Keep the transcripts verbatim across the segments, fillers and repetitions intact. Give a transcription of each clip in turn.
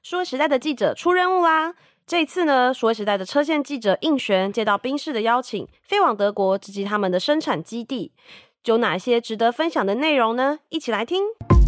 数位时代的记者出任务啦！这一次呢，数位时代的车线记者应璇接到宾士的邀请，飞往德国直击他们的生产基地，有哪些值得分享的内容呢？一起来听。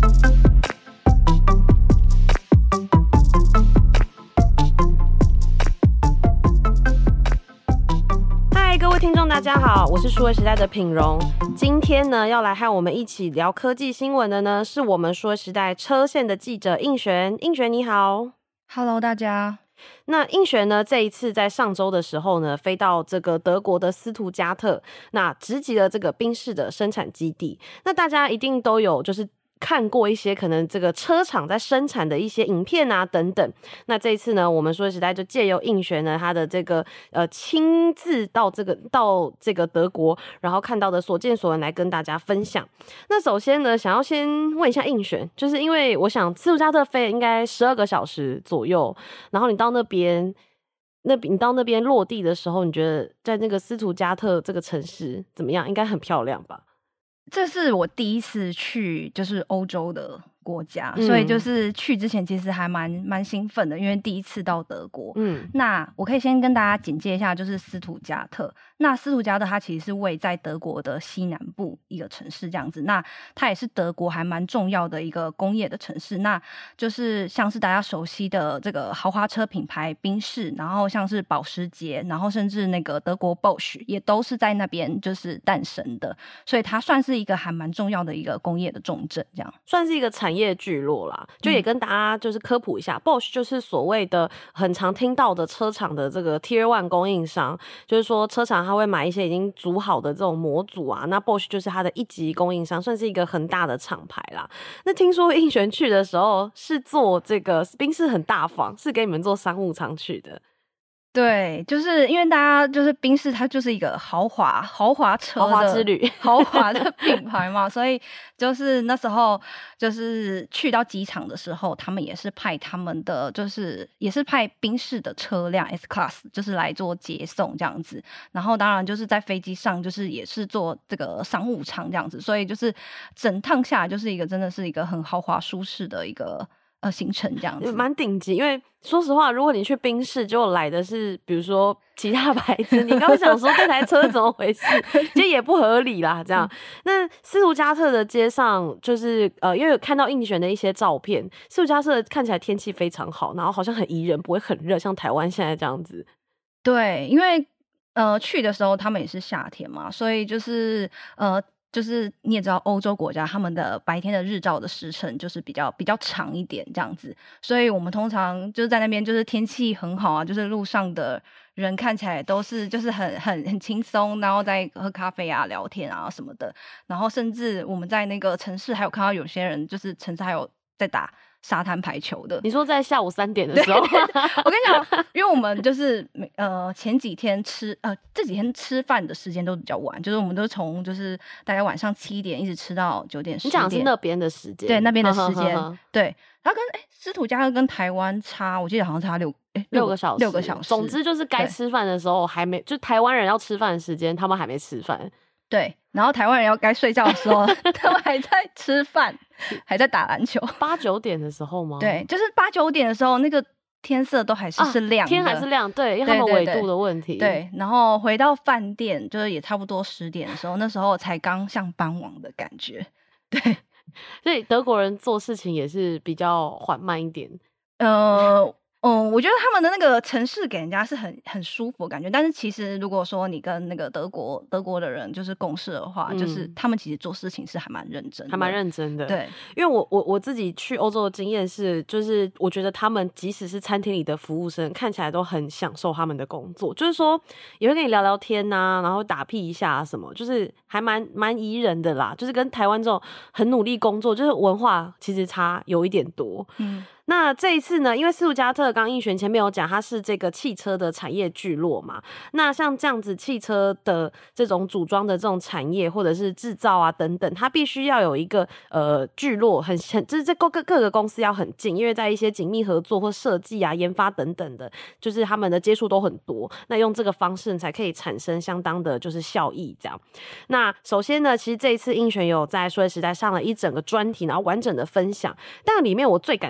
嗨，各位听众大家好，我是数位时代的品荣。今天呢，要来和我们一起聊科技新闻的呢，是我们数位时代车线的记者应璇。应璇你好。 Hello， 大家。 那应璇呢，这一次在上周的时候呢，飞到这个德国的斯图加特，那直击了这个宾士的生产基地。那大家一定都有就是看过一些可能这个车厂在生产的一些影片啊等等。那这一次呢，我们数位时代就借由应璇呢他的这个呃亲自到这个到这个德国，然后看到的所见所闻来跟大家分享。那首先呢，想要先问一下应璇，就是因为我想斯图加特飞应该十二个小时左右，然后你到那边那你到那边落地的时候，你觉得在那个斯图加特这个城市怎么样？应该很漂亮吧？ 这是我第一次去就是欧洲的国家，嗯、所以就是去之前其实还蛮蛮兴奋的，因为第一次到德国。嗯，那我可以先跟大家简介一下，就是斯图加特。那斯图加特它其实是位在德国的西南部一个城市这样子，那它也是德国还蛮重要的一个工业的城市。那就是像是大家熟悉的这个豪华车品牌宾士，然后像是保时捷，然后甚至那个德国 Bosch 也都是在那边就是诞生的，所以它算是一个还蛮重要的一个工业的重镇，这样算是一个产业聚落啦。就也跟大家就是科普一下、嗯、Bosch 就是所谓的很常听到的车厂的这个 Tier one 供应商，就是说车厂他会买一些已经组好的这种模组啊，那 Bosch 就是他的一级供应商，算是一个很大的厂牌啦。那听说应璇去的时候是坐这个宾士很大方，是给你们坐商务舱去的。 对，就是因为大家就是宾士它就是一个豪华豪华车的豪华之旅豪华的品牌嘛，所以就是那时候就是去到机场的时候，他们也是派他们的就是也是派宾士的车辆 S Class 就是来做接送这样子，然后当然就是在飞机上就是也是坐这个商务舱这样子，所以就是整趟下来就是一个真的是一个很豪华舒适的一个呃行程这样子， 蛮顶级。因为说实话，如果你去宾士结果来的是比如说其他牌子，你刚刚想说这台车怎么回事，其实也不合理啦。这样，那斯图加特的街上就是呃，因为有看到应璇的一些照片，斯图加特看起来天气非常好，然后好像很宜人，不会很热，像台湾现在这样子。 对，因为呃去的时候他们也是夏天嘛，所以就是呃。就是你也知道欧洲国家他们的白天的日照的时程就是比较比较长一点这样子，所以我们通常就是在那边就是天气很好啊，就是路上的人看起来都是就是很很很轻松，然后在喝咖啡啊聊天啊什么的，然后甚至我们在那个城市还有看到有些人就是城市还有在打沙滩排球的。 你说在下午三点的时候？ 对对对，我跟你讲，因为我们就是呃前几天吃呃这几天吃饭的时间都比较晚，就是我们都从就是大概晚上七点一直吃到九点十点。 你讲的是那边的时间？ 对，那边的时间。对，它跟哎斯图加特跟台湾差，我记得好像差六哎六个小时， 六个小时。 总之就是该吃饭的时候还没，就台湾人要吃饭的时间，他们还没吃饭。 对，然后台湾人要该睡觉的时候，他们还在吃饭，还在打篮球。 八九点的时候吗？ 对，就是八九点的时候，那个天色都还是是亮的， 啊、天还是亮，对，因为他们纬度的问题。 对，对对，然后回到饭店，就是也差不多十点的时候，那时候才刚像傍晚的感觉。对， 所以德国人做事情也是比较缓慢一点。 呃。嗯，我觉得他们的那个城市给人家是很很舒服的感觉，但是其实如果说你跟那个德国德国的人就是共事的话、嗯，就是他们其实做事情是还蛮认真的， 还蛮认真的。 对， 因为我我我自己去欧洲的经验是，就是我觉得他们即使是餐厅里的服务生，看起来都很享受他们的工作，就是说也会跟你聊聊天呐、啊，然后打屁一下、啊、什么，就是还蛮蛮宜人的啦。就是跟台湾这种很努力工作，就是文化其实差有一点多。嗯。那这一次呢，因为斯图加特刚应璇前面有讲它是这个汽车的产业聚落嘛，那像这样子汽车的这种组装的这种产业或者是制造啊等等，它必须要有一个呃聚落很很就是这各各各个公司要很近，因为在一些紧密合作或设计啊研发等等的，就是他们的接触都很多，那用这个方式才可以产生相当的就是效益这样。那首先呢，其实这一次应璇有在数位时代上了一整个专题，然后完整的分享，但里面我最感兴趣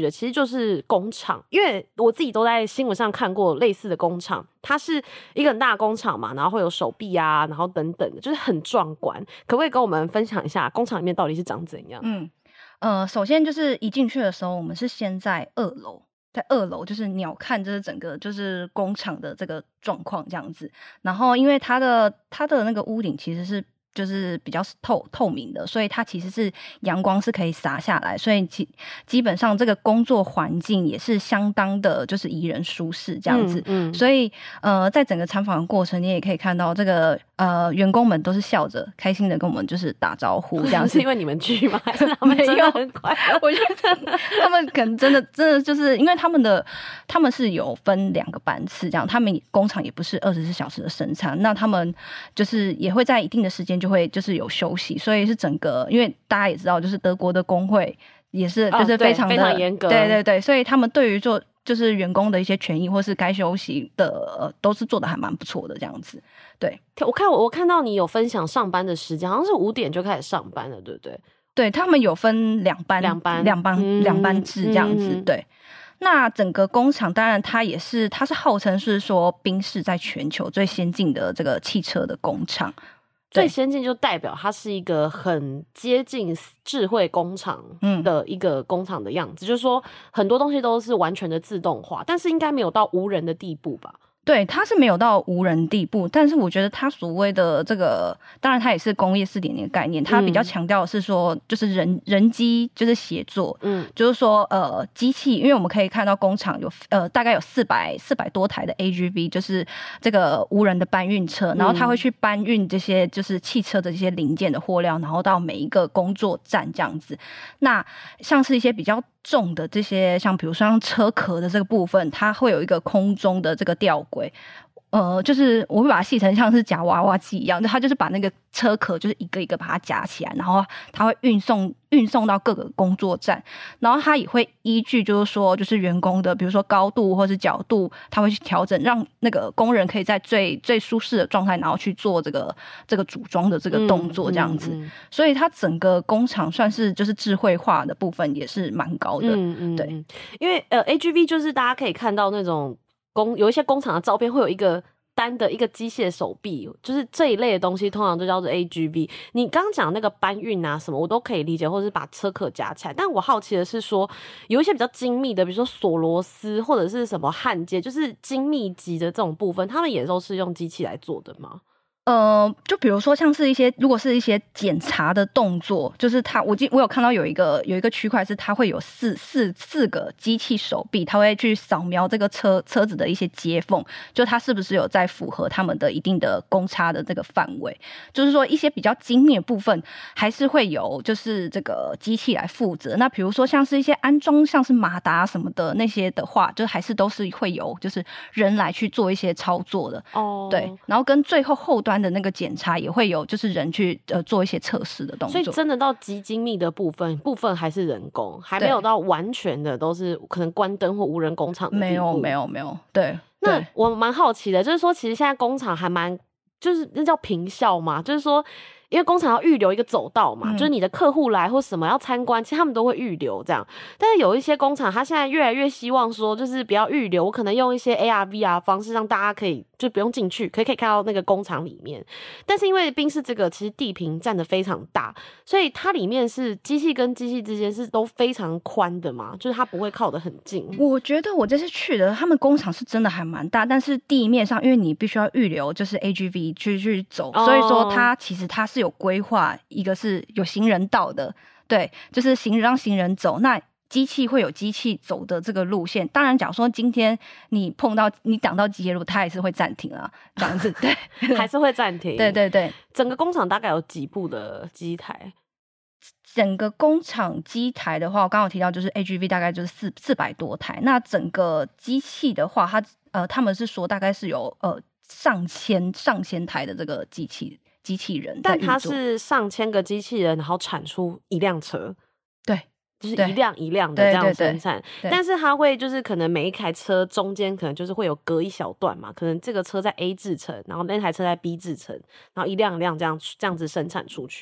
的，其实就是工厂，因为我自己都在新闻上看过类似的工厂，它是一个很大的工厂嘛，然后会有手臂啊，然后等等的，就是很壮观。可不可以跟我们分享一下工厂里面到底是长怎样？ 嗯，呃，首先就是一进去的时候，我们是先在二楼。在二楼就是鸟瞰就是整个就是工厂的这个状况这样子，然后因为它的它的那个屋顶其实是就是比较透透明的，所以它其实是阳光是可以洒下来，所以基基本上这个工作环境也是相当的就是宜人舒适这样子。嗯嗯、所以呃在整个参访的过程，你也可以看到这个呃员工们都是笑着开心的跟我们就是打招呼这样子。 是因为你们去吗？还是他们真的很快乐？ 我觉得他们可能真的真的就是因为他们的他们是有分两个班次这样，他们工厂也不是二十四小时的生产，那他们就是也会在一定的时间就会就是有休息，所以是整个因为大家也知道，就是德国的工会也是就是非常的、 哦、非常严格， 对对对，所以他们对于做就是员工的一些权益或是该休息的、呃、都是做的还蛮不错的这样子。对， 我看我我看到你有分享上班的时间，好像是五点就开始上班了，对不对？ 对，他们有分两班两班两班、嗯、两班制这样子、 嗯、 对。那整个工厂当然它也是它是号称是说宾士在全球最先进的这个汽车的工厂， 最先进就代表它是一个很接近智慧工厂的一个工厂的样子、嗯、就是说很多东西都是完全的自动化，但是应该没有到无人的地步吧？ 对，它是没有到无人地步，但是我觉得它所谓的这个，当然它也是工业 四点零 的概念，它比较强调的是说，就是人人机就是协作，嗯，就是说呃机器，因为我们可以看到工厂有呃大概有四百四百多台的 A G V， 就是这个无人的搬运车，然后它会去搬运这些就是汽车的这些零件的货料，然后到每一个工作站这样子。那像是一些比较重的这些，像比如说像车壳的这个部分，它会有一个空中的这个吊轨，呃，就是我会把它戏成像是夹娃娃机一样，它就是把那个车壳就是一个一个把它夹起来，然后它会运送运送到各个工作站，然后它也会依据就是说就是员工的比如说高度或是角度，它会去调整，让那个工人可以在最最舒适的状态，然后去做这个这个组装的这个动作这样子。嗯嗯嗯、所以它整个工厂算是就是智慧化的部分也是蛮高的。嗯嗯，对， 因为呃 A G V 就是大家可以看到那种工有一些工厂的照片会有一个单的一个机械手臂，就是这一类的东西通常都叫做 A G V。 你刚刚讲那个搬运啊什么我都可以理解，或者是把车壳夹起来，但我好奇的是说有一些比较精密的，比如说锁螺丝或者是什么焊接，就是精密级的这种部分，他们也都是用机器来做的吗？ 呃，就比如说像是一些，如果是一些检查的动作，就是它，我记我有看到有一个有一个区块是它会有四四四个机器手臂，它会去扫描这个车车子的一些接缝，就它是不是有在符合他们的一定的公差的这个范围。就是说一些比较精密的部分还是会由就是这个机器来负责。那比如说像是一些安装，像是马达什么的那些的话，就还是都是会由就是人来去做一些操作的。哦，对，然后跟最后后端的那个检查也会有就是人去呃做一些测试的动作， 所以真的到极精密的部分部分还是人工，还没有到完全的都是可能关灯或无人工厂的地步。 没有没有没有，对。 那我蛮好奇的，就是说其实现在工厂还蛮就是那叫坪效嘛，就是说因为工厂要预留一个走道嘛、嗯、就是你的客户来或什么要参观，其实他们都会预留这样。但是有一些工厂他现在越来越希望说就是不要预留，我可能用一些 A R V R 方式让大家可以就不用进去，可以可以看到那个工厂里面。但是因为宾士这个其实地坪占得非常大，所以它里面是机器跟机器之间是都非常宽的嘛，就是它不会靠得很近。 我觉得我这次去的他们工厂是真的还蛮大，但是地面上因为你必须要预留就是 A G V 去去走、哦、所以说它其实它是有规划，一个是有行人道的，对，就是行人让行人走，那机器会有机器走的这个路线。当然假如说今天你碰到你挡到机械路，它也是会暂停啊，这样子。对还是会暂停。 对对对。 整个工厂大概有几部的机台？ 整个工厂机台的话，我刚刚有提到就是 A G V 大概就是四四百多台，那整个机器的话，它呃他们是说大概是有呃上千上千台的这个机器机器人在运作， 但它是上千个机器人，然后产出一辆车。 对， 就是一辆一辆的这样生产。但是它会就是可能每一台车中间可能就是会有隔一小段嘛，可能这个车在 A 制成，然后那台车在 B 制成，然后一辆一辆这样这样子生产出去。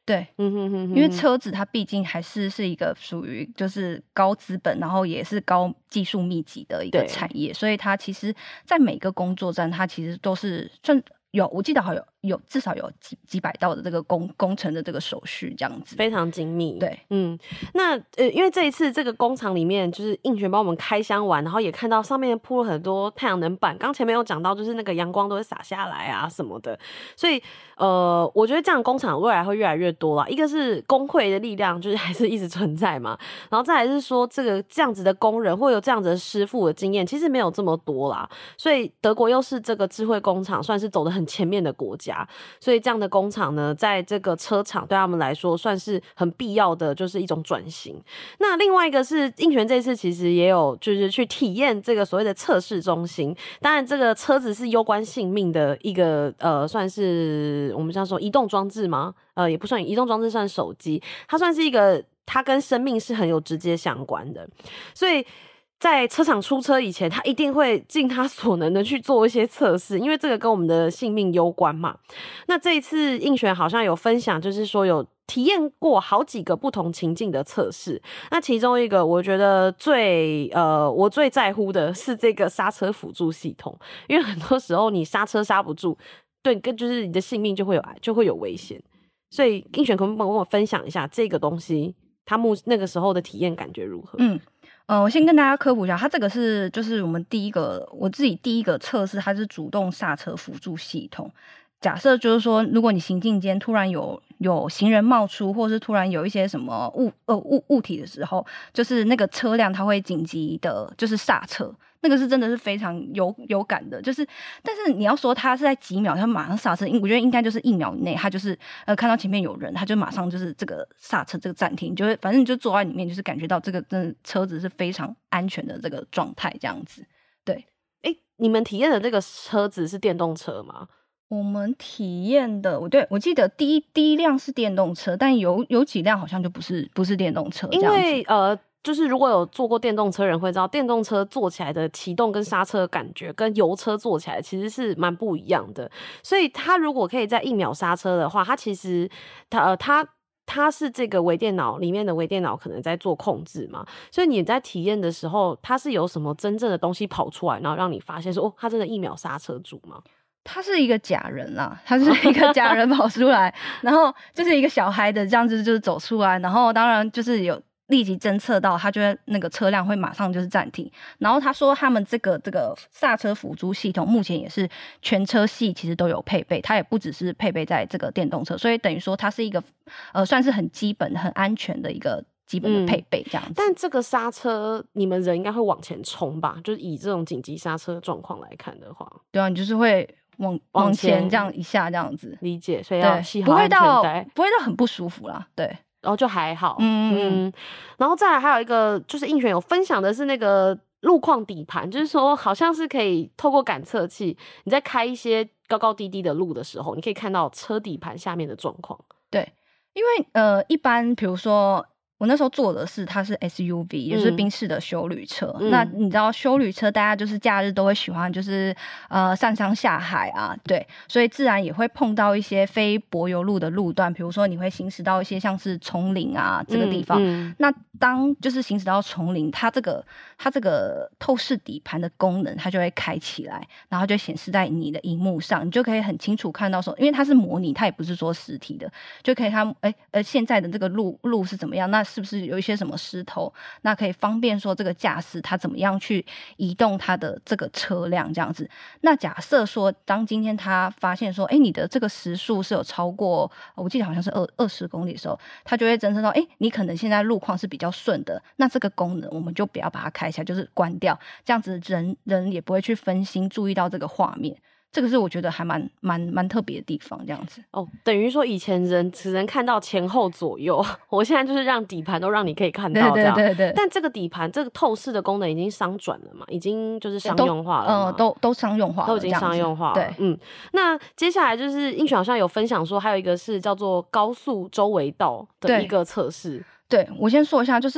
对，嗯哼哼哼，因为车子它毕竟还是是一个属于就是高资本，然后也是高技术密集的一个产业，所以它其实在每个工作站，它其实都是算有，我记得好像有有至少有几几百道的这个工工程的这个手续，这样子非常精密。 对， 嗯，那呃，因为这一次这个工厂里面，就是应璇帮我们开箱完，然后也看到上面铺了很多太阳能板，刚前面有讲到，就是那个阳光都会洒下来啊什么的，所以呃，我觉得这样工厂未来会越来越多啦。一个是工会的力量，就是还是一直存在嘛，然后再来是说这个这样子的工人或有这样子的师傅的经验，其实没有这么多啦，所以德国又是这个智慧工厂算是走得很前面的国家，所以这样的工厂呢，在这个车厂对他们来说算是很必要的，就是一种转型。那另外一个是应璇这次其实也有就是去体验这个所谓的测试中心，当然这个车子是攸关性命的一个呃，算是我们这样说移动装置吗？呃，也不算移动装置，算手机，它算是一个它跟生命是很有直接相关的，所以在车厂出车以前，他一定会尽他所能的去做一些测试，因为这个跟我们的性命攸关嘛。那这一次应璇好像有分享，就是说有体验过好几个不同情境的测试。那其中一个我觉得最呃我最在乎的是这个刹车辅助系统，因为很多时候你刹车刹不住，对，跟就是你的性命就会有就会有危险。所以应璇可不可以跟我分享一下这个东西，他目那个时候的体验感觉如何？ 嗯。呃，我先跟大家科普一下，它这个是就是我们第一个我自己第一个测试，它是主动刹车辅助系统。假设就是说，如果你行进间突然有有行人冒出，或是突然有一些什么物呃物物体的时候，就是那个车辆它会紧急的，就是刹车。那个是真的是非常有有感的，就是，但是你要说它是在几秒，它马上刹车，我觉得应该就是一秒以内，它就是呃看到前面有人，它就马上就是这个刹车，这个暂停，就会反正你就坐在里面，就是感觉到这个真的车子是非常安全的这个状态，这样子。对， 哎、欸，你们体验的这个车子是电动车吗？ 我们体验的，我对我记得第一第一辆是电动车，但有有几辆好像就不是不是电动车， 因为呃。就是如果有坐过电动车人会知道，电动车坐起来的启动跟刹车的感觉跟油车坐起来其实是蛮不一样的，所以它如果可以在一秒刹车的话，它其实它呃它它是这个微电脑里面的微电脑可能在做控制嘛，所以你在体验的时候，它是有什么真正的东西跑出来，然后让你发现说哦，它真的一秒刹车住吗？ 他是一个假人啦，他是一个假人跑出来，然后就是一个小孩的这样子就是走出来，然后当然就是有立即侦测到，他觉得那个车辆会马上就是暂停。然后他说他们这个这个刹车辅助系统目前也是全车系其实都有配备，它也不只是配备在这个电动车，所以等于说它是一个呃算是很基本很安全的一个基本的配备这样子。 嗯、但这个刹车你们人应该会往前冲吧？就是以这种紧急刹车状况来看的话， 对啊，你就是会往往前这样一下这样子。 理解，所以要系好安全带， 不会到很不舒服啦，对。 然后就还好， 嗯嗯，然后再来还有一个就是应璇有分享的是那个路况底盘，就是说好像是可以透过感测器，你在开一些高高低低的路的时候，你可以看到车底盘下面的状况。 对，因为呃，一般比如说。我那时候坐的是它是 S U V， 也就是宾士的休旅车、嗯、那你知道休旅车大家就是假日都会喜欢就是呃上山下海啊，对，所以自然也会碰到一些非柏油路的路段，比如说你会行驶到一些像是丛林啊这个地方、嗯嗯、那当就是行驶到丛林，它这个它这个透视底盘的功能它就会开起来，然后就显示在你的萤幕上，你就可以很清楚看到说，因为它是模拟，它也不是说实体的，就可以它哎呃现在的这个路路是怎么样，那是不是有一些什么石头，那可以方便说这个驾驶他怎么样去移动他的这个车辆这样子。那假设说当今天他发现说哎，你的这个时速是有超过我记得好像是二十公里的时候，他就会侦测到哎，你可能现在路况是比较顺的，那这个功能我们就不要把它开起来，就是关掉，这样子人人也不会去分心注意到这个画面，这个是我觉得还蛮蛮蛮特别的地方，这样子哦，等于说以前人只能看到前后左右，我现在就是让底盘都让你可以看到，这样。对对对对。但这个底盘这个透视的功能已经商转了嘛，已经就是商用化了嘛， 呃，都都商用化了， 都已经商用化了。 对， 嗯。那接下来就是应璇好像有分享说，还有一个是叫做高速周围道的一个测试。 对，我先说一下，就是。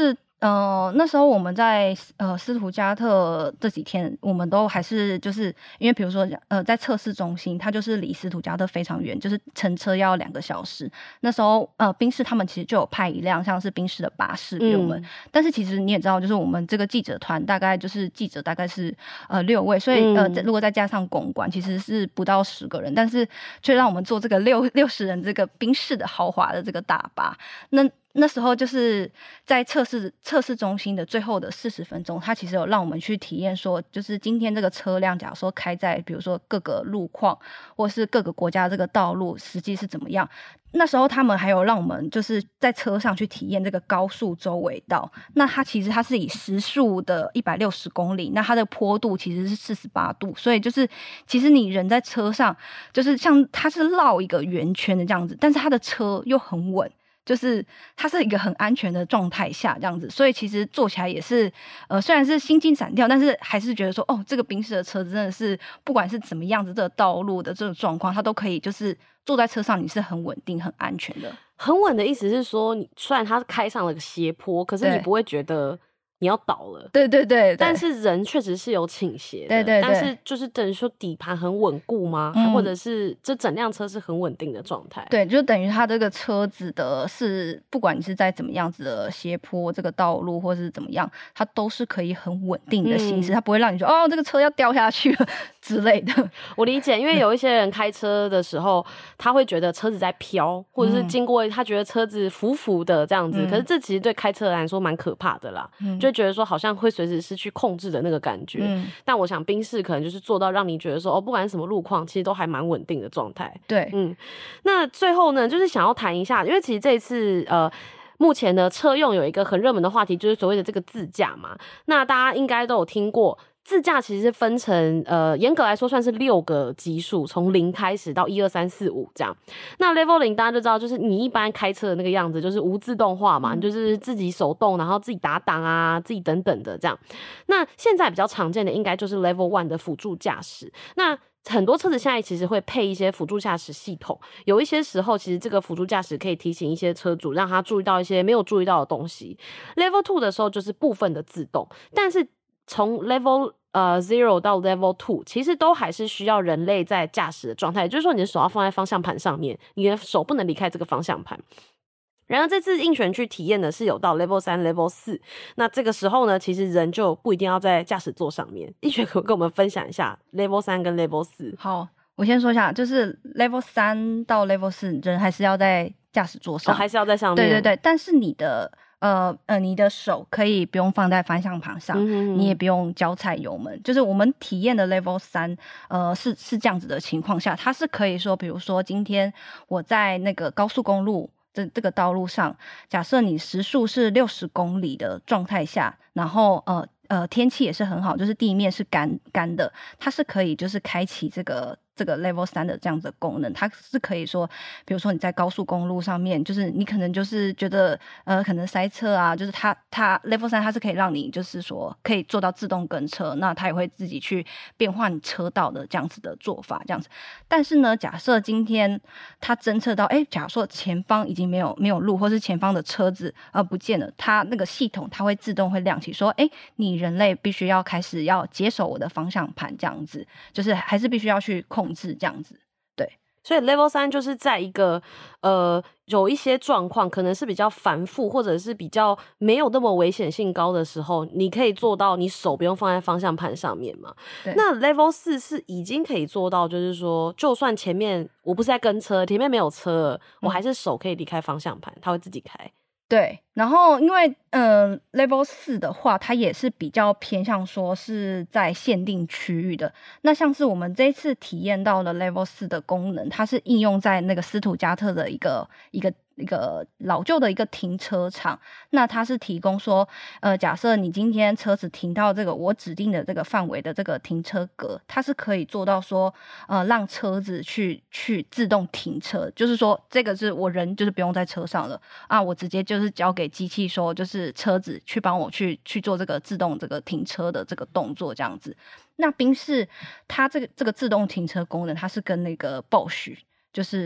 呃，那时候我们在呃斯图加特这几天，我们都还是就是因为比如说呃在测试中心，它就是离斯图加特非常远，就是乘车要两个小时。那时候呃宾士他们其实就有派一辆像是宾士的巴士给我们，嗯、但是其实你也知道，就是我们这个记者团大概就是记者大概是呃六位，所以呃如果再加上公关，其实是不到十个人，但是却让我们坐这个六六十人这个宾士的豪华的这个大巴，那。那时候就是在测试测试中心的最后的四十分钟，他其实有让我们去体验说，就是今天这个车辆，假如说开在比如说各个路况，或是各个国家这个道路实际是怎么样。那时候他们还有让我们就是在车上去体验这个高速州尾道，那它其实它是以时速的一百六十公里，那它的坡度其实是四十八度，所以就是其实你人在车上，就是像它是绕一个圆圈的这样子，但是它的车又很稳。就是它是一个很安全的状态下这样子，所以其实坐起来也是，呃，虽然是心惊闪跳，但是还是觉得说，哦，这个宾士的车子真的是不管是怎么样子这个道路的这种状况，它都可以就是坐在车上你是很稳定、很安全的。 很稳的意思是说，你虽然它开上了个斜坡，可是你不会觉得你要倒了， 对对 对, 对， 但是人确实是有倾斜的， 对对对， 但是就是等于说底盘很稳固吗？嗯、或者是这整辆车是很稳定的状态？ 对，就等于它这个车子的是，不管你是在怎么样子的斜坡这个道路，或是怎么样，它都是可以很稳定的行驶，嗯、它不会让你说哦这个车要掉下去了之类的。 我理解，因为有一些人开车的时候，他会觉得车子在飘，或者是经过他觉得车子浮浮的这样子，嗯、可是这其实对开车来说蛮可怕的啦，嗯、就觉得说好像会随时失去控制的那个感觉。嗯、但我想宾士可能就是做到让你觉得说哦，不管什么路况，其实都还蛮稳定的状态。 对， 嗯，那最后呢，就是想要谈一下，因为其实这一次呃。目前的车用有一个很热门的话题，就是所谓的这个自驾嘛。那大家应该都有听过，自驾其实是分成呃，严格来说算是六个级数，从零开始到一二三四五这样。那 level 零大家就知道，就是你一般开车的那个样子，就是无自动化嘛，嗯、就是自己手动，然后自己打档啊，自己等等的这样。那现在比较常见的应该就是 level one 的辅助驾驶。那很多车子现在其实会配一些辅助驾驶系统，有一些时候其实这个辅助驾驶可以提醒一些车主，让他注意到一些没有注意到的东西。Level two 的时候就是部分的自动，但是从 Level 呃 zero 到 Level two 其实都还是需要人类在驾驶的状态，也就是说你的手要放在方向盘上面，你的手不能离开这个方向盘。然而这次应选去体验的是有到 Level 三 Level 四，那这个时候呢其实人就不一定要在驾驶座上面。应选可不可以跟我们分享一下 Level 三跟 Level 四？ 好，我先说一下，就是 Level 三到 Level 四人还是要在驾驶座上、 哦、还是要在上面， 对对对，但是你的呃呃，你的手可以不用放在方向盘上，嗯、哼哼你也不用脚踩油门。就是我们体验的 Level 三，呃，是是这样子的情况下，它是可以说，比如说今天我在那个高速公路这这个道路上，假设你时速是六十公里的状态下，然后呃呃天气也是很好，就是地面是干干的，它是可以就是开启这个。这个 level 三的这样子的功能，它是可以说，比如说你在高速公路上面，就是你可能就是觉得呃可能塞车啊，就是它它 level 三它是可以让你就是说可以做到自动跟车，那它也会自己去变换车道的这样子的做法这样子。但是呢，假设今天它侦测到，哎，假如说前方已经没有没有路，或是前方的车子呃不见了，它那个系统它会自动会亮起说，哎，你人类必须要开始要接手我的方向盘这样子，就是还是必须要去控。控制这样子，对， 所以 Level 三就是在一个呃有一些状况可能是比较繁复，或者是比较没有那么危险性高的时候，你可以做到你手不用放在方向盘上面嘛。那 Level 四是已经可以做到，就是说就算前面我不是在跟车，前面没有车，我还是手可以离开方向盘，它会自己开。 对，然后因为呃 Level 四的话，它也是比较偏向说是在限定区域的。那像是我们这一次体验到的 Level 四的功能，它是应用在那个斯图加特的一个一个一个老旧的一个停车场。那它是提供说，呃，假设你今天车子停到这个我指定的这个范围的这个停车格，它是可以做到说，呃，让车子去去自动停车，就是说这个是我人就是不用在车上了啊，我直接就是交给机器说，就是车子去帮我去去做这个自动这个停车的这个动作这样子。那宾士它这个这个自动停车功能，它是跟那个 Bosch 就是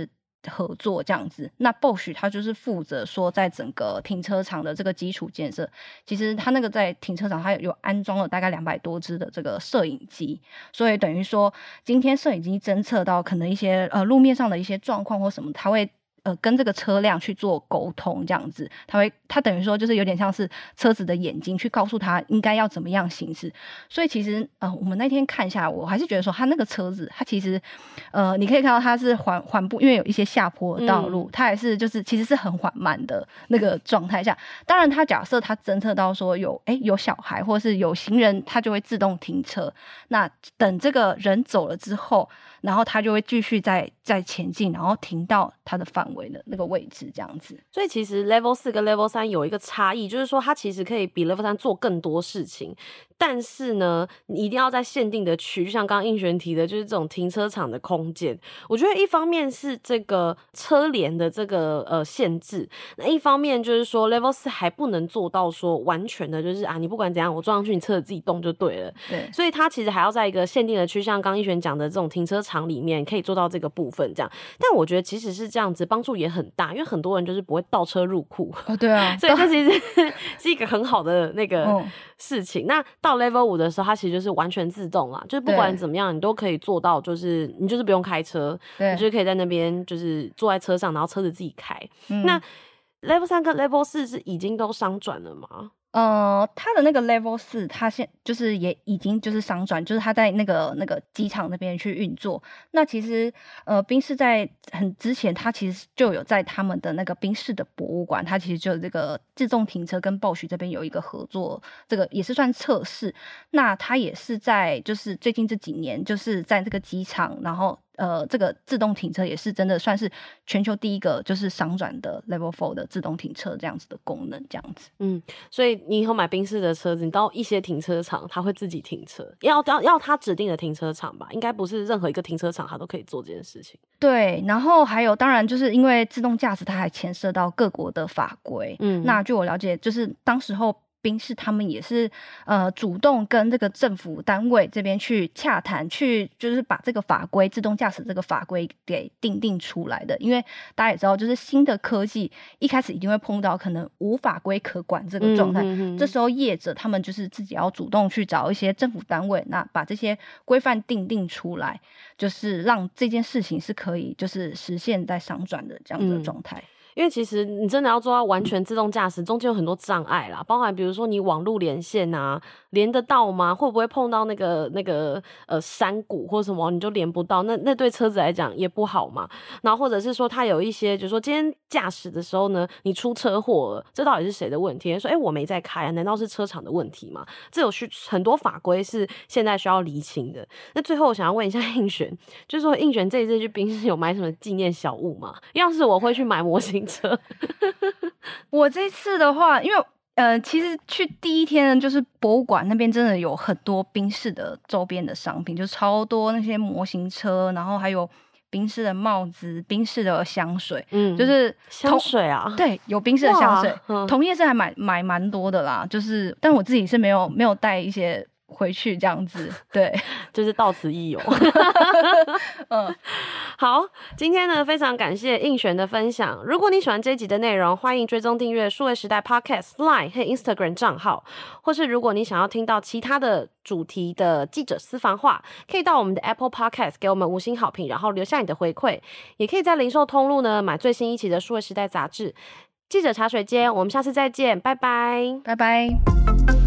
合作这样子。那 Bosch 它就是负责说在整个停车场的这个基础建设，其实它那个在停车场它有安装了大概两百多支的这个摄影机，所以等于说今天摄影机侦测到可能一些呃路面上的一些状况或什么，它会呃，跟这个车辆去做沟通，这样子，它会，它等于说就是有点像是车子的眼睛去告诉他应该要怎么样行驶。所以其实呃，我们那天看下来，我还是觉得说，它那个车子，它其实呃，你可以看到它是缓缓步，因为有一些下坡的道路，嗯、它还是就是其实是很缓慢的那个状态下。当然，它假设它侦测到说有哎有小孩或是有行人，它就会自动停车。那等这个人走了之后，然后它就会继续再再前进，然后停到它的范围的那个位置这样子。 所以其实 level 四跟 level 三有一个差异，就是说它其实可以比 level 三做更多事情，但是呢你一定要在限定的区，就像刚刚应璇提的，就是这种停车场的空间。我觉得一方面是这个车联的这个呃限制，那一方面就是说 level 四还不能做到说完全的就是啊你不管怎样我撞上去你车子自己动就对了。 对， 所以它其实还要在一个限定的区，像刚刚应璇讲的这种停车场里面可以做到这个部分这样。但我觉得即使是这样子帮助也很大，因为很多人就是不会倒车入库。 哦，对啊， 所以这其实是一个很好的那个事情。哦、那到 level 五的时候，它其实就是完全自动啦，就是不管怎么样，你都可以做到，就是你就是不用开车，你就是可以在那边就是坐在车上，然后车子自己开。嗯、那 level 三跟 level 四是已经都商转了吗？ 呃，它的那个 level 四，它现就是也已经就是商转，就是它在那个那个机场那边去运作。那其实呃，宾士在很之前，它其实就有在他们的那个宾士的博物馆，它其实就有这个自动停车跟 Bosch 这边有一个合作，这个也是算测试。那它也是在就是最近这几年，就是在这个机场，然后。呃，这个自动停车也是真的算是全球第一个就是商转的 level 四的自动停车这样子的功能，这样子。 嗯，所以你以后买宾士的车子，你到一些停车场，它会自己停车，要要要它指定的停车场吧？应该不是任何一个停车场它都可以做这件事情。 对，然后还有，当然就是因为自动驾驶，它还牵涉到各国的法规。嗯，那据我了解，就是当时候。宾士他们也是呃主动跟这个政府单位这边去洽谈，去就是把这个法规自动驾驶这个法规给定定出来的。因为大家也知道，就是新的科技一开始一定会碰到可能无法规可管这个状态，嗯、哼哼这时候业者他们就是自己要主动去找一些政府单位，那把这些规范定定出来，就是让这件事情是可以就是实现在商转的这样的状态。嗯因为其实你真的要做到完全自动驾驶，中间有很多障碍啦，包含比如说你网路连线啊，连得到吗？会不会碰到那个那个呃山谷或什么你就连不到？那那对车子来讲也不好嘛。然后或者是说它有一些，就是说今天驾驶的时候呢，你出车祸了，这到底是谁的问题？说哎我没在开啊，难道是车厂的问题吗？这有需很多法规是现在需要厘清的。那最后我想要问一下应璇，就是说应璇这一次去宾士有买什么纪念小物吗？要是我会去买模型车。 我这次的话，因为呃，其实去第一天就是博物馆那边真的有很多宾士的周边的商品，就超多那些模型车，然后还有宾士的帽子、宾士的香水，嗯，就是香水啊， 对，有宾士的香水，嗯、同业是还买买蛮多的啦，就是但我自己是没有没有带一些。回去这样子，对， 就是到此一游。嗯，好，今天呢非常感谢应璇的分享。如果你喜欢这一集的内容，欢迎追踪订阅数位时代 Podcast、Line 和 Instagram 账号，或是如果你想要听到其他的主题的记者私房话，可以到我们的 Apple Podcast 给我们五星好评，然后留下你的回馈，也可以在零售通路呢买最新一期的数位时代杂志。记者茶水间，我们下次再见，拜拜， 拜拜。